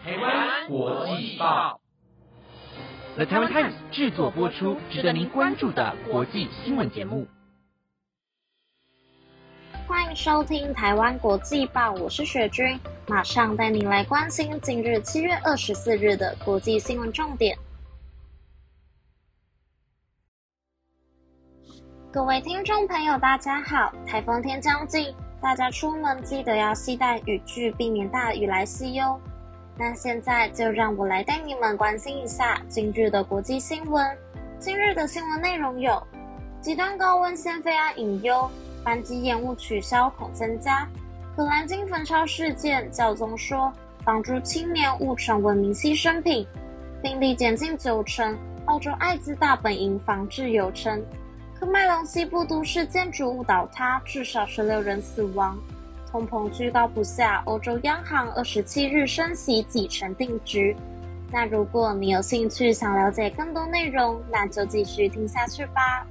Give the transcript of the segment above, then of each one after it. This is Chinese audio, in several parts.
台湾国际报 The Taiwan Times 制作播出，值得您关注的国际新闻节目。 欢迎收听台湾国际报，我是雪君，马上带您来关心今日7月24日的国际新闻重点。各位听众朋友大家好，台风天将近，大家出门记得要携带雨具，避免大雨来袭哟。那现在就让我来带你们关心一下今日的国际新闻。今日的新闻内容有：极端高温掀飞安隐忧，班机延误取消恐增加；可兰经焚烧事件，教宗说帮助青年误成文明牺牲品；病例减近90%，澳洲艾滋大本营防治有成；科麦隆西部都市建筑物倒塌，至少16人死亡；通膨居高不下，欧洲央行27日升息几成定局。那如果你有兴趣想了解更多内容，那就继续听下去吧。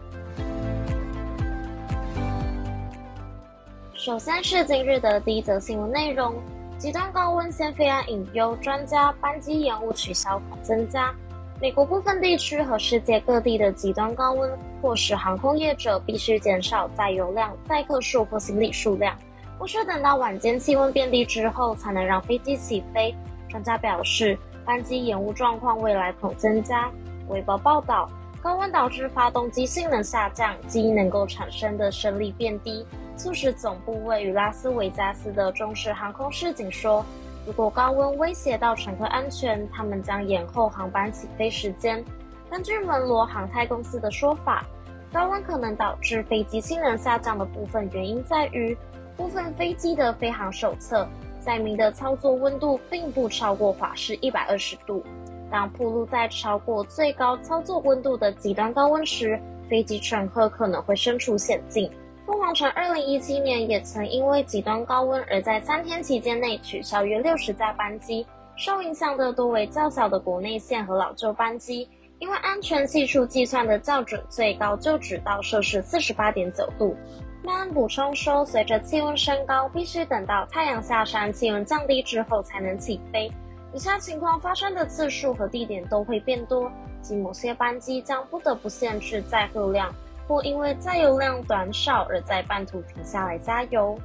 首先是今日的第一则新闻内容：极端高温掀飞安隐忧，专家班机延误取消恐增加。美国部分地区和世界各地的极端高温，迫使航空业者必须减少载油量、载客数或行李数量，或是等到晚间气温变低之后才能让飞机起飞。专家表示，班机延误状况未来恐增加。微博报道，高温导致发动机性能下降，机翼能够产生的升力变低，促使总部位于拉斯维加斯的中式航空示警说，如果高温威胁到乘客安全，他们将延后航班起飞时间。根据门罗航太公司的说法，高温可能导致飞机性能下降的部分原因在于，部分飞机的飞行手册载明的操作温度并不超过华氏120度。当暴露在超过最高操作温度的极端高温时，飞机乘客可能会身处险境。凤凰城2017年也曾因为极端高温而在3天期间内取消约60架班机，受影响的多为较小的国内线和老旧班机，因为安全系数计算的校准最高就只到摄氏48.9度。曼恩补充说，随着气温升高，必须等到太阳下山、气温降低之后才能起飞。以下情况发生的次数和地点都会变多，即某些班机将不得不限制载荷量，或因为载油量短少而在半途停下来加油。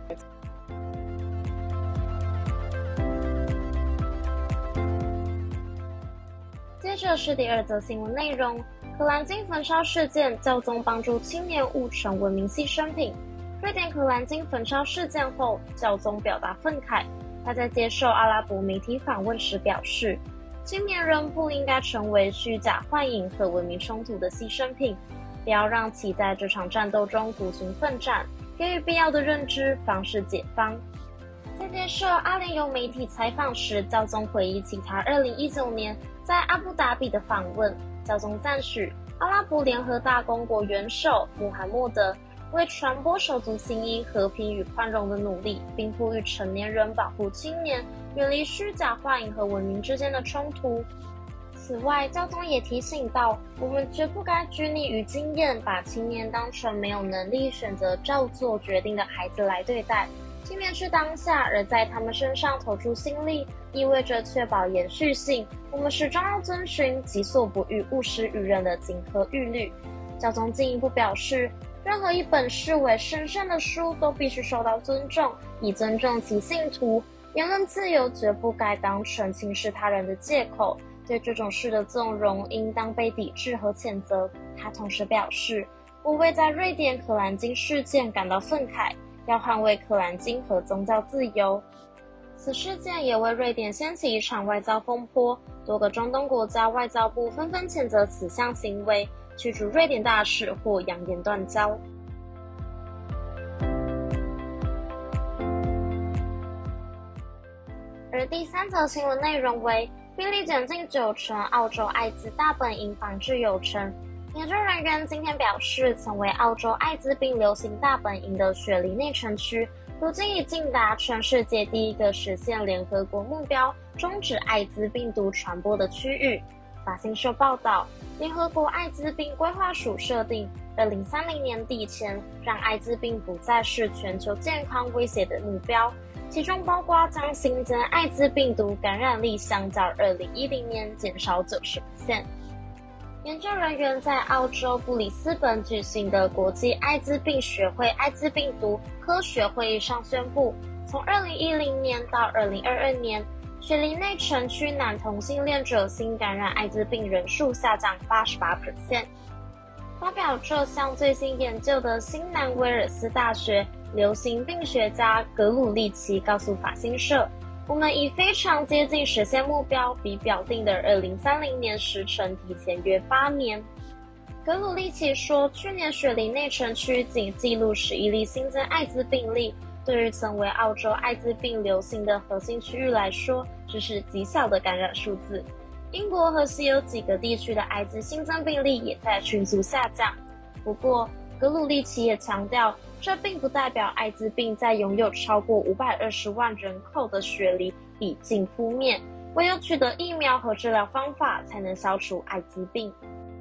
接着是第二则新闻内容：可兰经焚烧事件，教宗帮助青年误成文明牺牲品。瑞典可兰经焚烧事件后，教宗表达愤慨。他在接受阿拉伯媒体访问时表示，青年人不应该成为虚假幻影和文明冲突的牺牲品，不要让其在这场战斗中孤军奋战，给予必要的认知，方式解放。在接受阿联酋媒体采访时，教宗回忆起他2019年在阿布达比的访问，教宗赞许阿拉伯联合大公国元首穆罕默德为传播手足情谊、和平与宽容的努力，并呼吁成年人保护青年，远离虚假幻影和文明之间的冲突。此外，教宗也提醒到，我们绝不该拘泥于经验，把青年当成没有能力选择照做决定的孩子来对待。青年是当下，而在他们身上投注心力，意味着确保延续性。我们始终要遵循己所不欲，勿施于人的金科玉律。教宗进一步表示，任何一本视为神圣的书都必须受到尊重，以尊重其信徒。言论自由绝不该当成轻视他人的借口，对这种事的纵容应当被抵制和谴责。他同时表示，我为在瑞典可兰经事件感到愤慨，要捍卫可兰经和宗教自由。此事件也为瑞典掀起一场外交风波，多个中东国家外交部纷纷谴责此项行为，驱逐瑞典大使或扬言断交。而第三则新闻内容为，病例减近90%，澳洲艾滋大本营防治有成。研究人员今天表示，曾为澳洲艾滋病流行大本营的雪梨内城区，如今已近达全世界第一个实现联合国目标终止艾滋病毒传播的区域。 法新社报道，联合国艾滋病规划署设定2030年底前让艾滋病不再是全球健康威胁的目标，其中包括将新增艾滋病毒感染力相较2010年减少90%。研究人员在澳洲布里斯本举行的国际艾滋病学会艾滋病毒科学会议上宣布，从2010年到2022年，雪梨内城区男同性恋者新感染艾滋病人数下降88%。发表这项最新研究的新南威尔斯大学流行病学家格鲁利奇告诉法新社，我们已非常接近实现目标，比表定的2030年时程提前约8年。格鲁利奇说，去年雪梨内城区仅记录11例新增艾滋病例，对于曾为澳洲艾滋病流行的核心区域来说，这是极小的感染数字。英国和西欧几个地区的艾滋新增病例也在迅速下降。不过，格鲁利奇也强调，这并不代表艾滋病在拥有超过520万人口的雪梨已经扑灭，唯有取得疫苗和治疗方法才能消除艾滋病。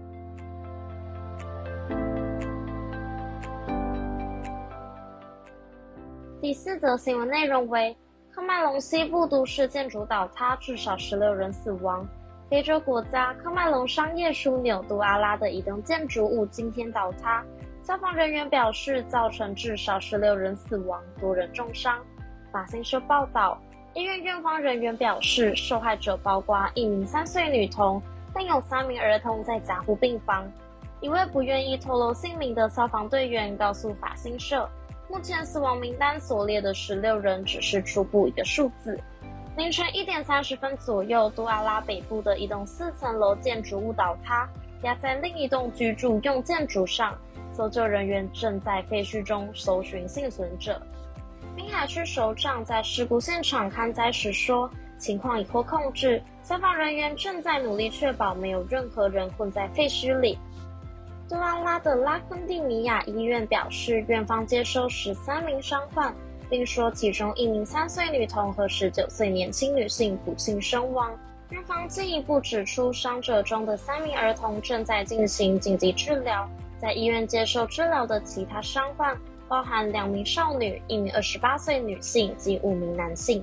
第4则新闻内容为：喀麦隆西部都市建筑倒塌，至少16人死亡。非洲国家喀麦隆商业枢纽杜阿拉的一栋建筑物今天倒塌，消防人员表示造成至少16人死亡，多人重伤。法新社报道，医院院方人员表示，受害者包括1名3岁女童，另有3名儿童在加护病房。一位不愿意透露姓名的消防队员告诉法新社，目前死亡名单所列的16人只是初步一个数字。凌晨1点30分左右，杜阿拉北部的一栋4层楼建筑物倒塌，压在另一栋居住用建筑上。搜救人员正在废墟中搜寻幸存者。滨海区首长在事故现场勘灾时说，情况已获控制，消防人员正在努力确保没有任何人混在废墟里。杜阿拉的拉昆蒂尼亚医院表示，院方接收13名伤患，并说其中1名3岁女童和19岁年轻女性不幸身亡。院方进一步指出，伤者中的3名儿童正在进行紧急治疗。在医院接受治疗的其他伤患包含2名少女、1名28岁女性及5名男性。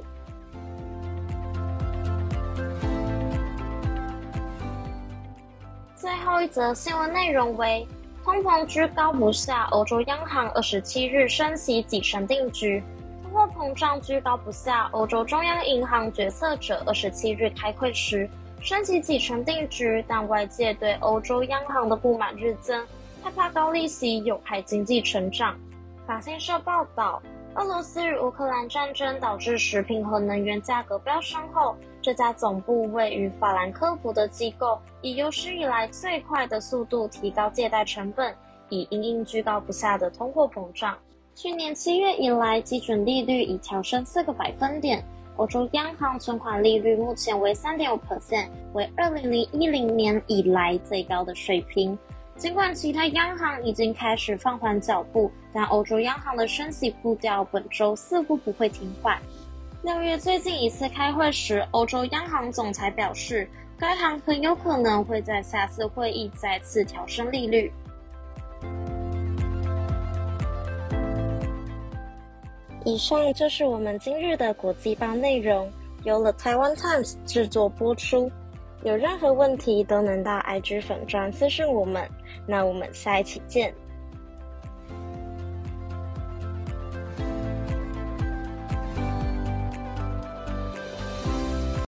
最后一则新闻内容为：通膨居高不下，欧洲央行27日升息几成定局。通货膨胀居高不下，欧洲中央银行决策者27日开会时升息几成定局，但外界对欧洲央行的不满日增，害怕高利息有害经济成长。法新社报道，俄罗斯与乌克兰战争导致食品和能源价格飙升后，这家总部位于法兰克福的机构以有史以来最快的速度提高借贷成本，以因应居高不下的通货膨胀。去年7月以来，基准利率已调升4个百分点。欧洲央行存款利率目前为 3.5%， 为2010年以来最高的水平。尽管其他央行已经开始放缓脚步，但欧洲央行的升息步调本周似乎不会停缓。6月最近一次开会时，欧洲央行总裁表示，该行很有可能会在下次会议再次调升利率。以上就是我们今日的国际报内容，由了台湾 Times 制作播出。有任何问题都能到 IG 粉专私讯我们，那我们下一期见。